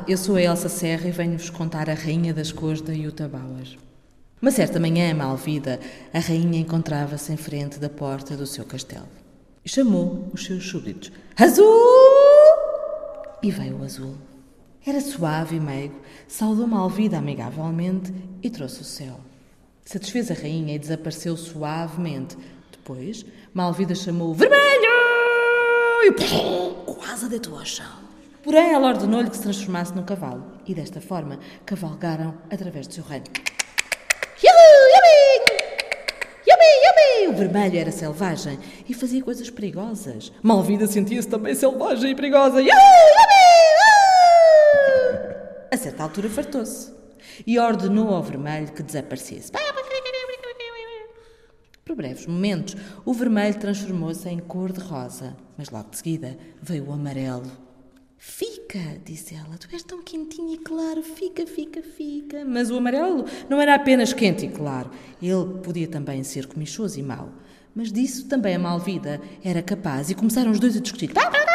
eu sou a Elsa Serra e venho-vos contar a Rainha das Cores da Jutta Bauer. Uma certa manhã, Malvida, a rainha encontrava-se em frente da porta do seu castelo. E chamou os seus súbditos. Azul! E veio o Azul. Era suave e meigo, saudou Malvida amigavelmente e trouxe o céu. Satisfez a rainha e desapareceu suavemente. Depois, Malvida chamou o Vermelho e quase a deitou ao chão. Porém, ela ordenou-lhe que se transformasse num cavalo e, desta forma, cavalgaram através do seu reino. O Vermelho era selvagem e fazia coisas perigosas. Malvida sentia-se também selvagem e perigosa. A certa altura fartou-se e ordenou ao Vermelho que desaparecesse. Por breves momentos, o Vermelho transformou-se em cor-de-rosa, mas logo de seguida veio o amarelo. Fica, disse ela, tu és tão quentinho e claro, fica. Mas o amarelo não era apenas quente e claro, ele podia também ser comichoso e mau. Mas disso também a Malvida era capaz e começaram os dois a discutir.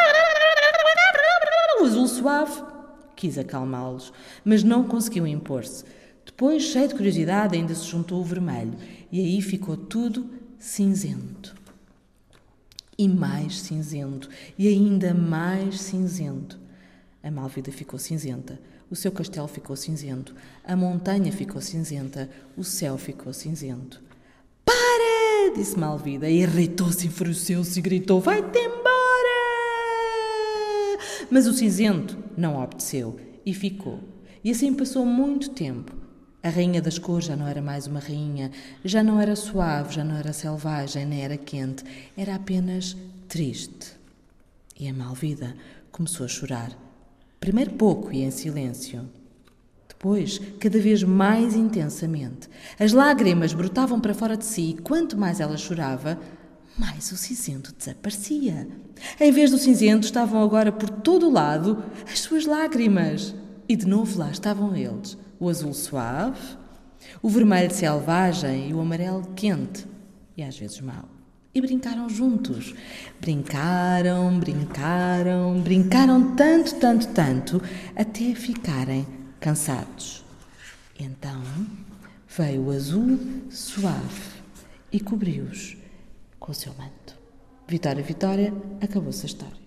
O Azul suave quis acalmá-los, mas não conseguiu impor-se. Depois, cheio de curiosidade, ainda se juntou o Vermelho e aí ficou tudo cinzento. E mais cinzento, e ainda mais cinzento. A Malvida ficou cinzenta, o seu castelo ficou cinzento, a montanha ficou cinzenta, o céu ficou cinzento. Para! Disse Malvida, irritou-se, enfureceu-se e gritou, vai-te embora! Mas o cinzento não obedeceu e ficou. E assim passou muito tempo. A Rainha das Cores já não era mais uma rainha, já não era suave, já não era selvagem, nem era quente, era apenas triste. E a Malvida começou a chorar. Primeiro pouco e em silêncio. Depois, cada vez mais intensamente. As lágrimas brotavam para fora de si e quanto mais ela chorava, mais o cinzento desaparecia. Em vez do cinzento, estavam agora por todo o lado as suas lágrimas. E de novo lá estavam eles. O azul suave, o vermelho selvagem e o amarelo quente, e às vezes mau. E brincaram juntos. Brincaram tanto, até ficarem cansados. Então veio o azul suave e cobriu-os com o seu manto. Vitória, acabou-se a história.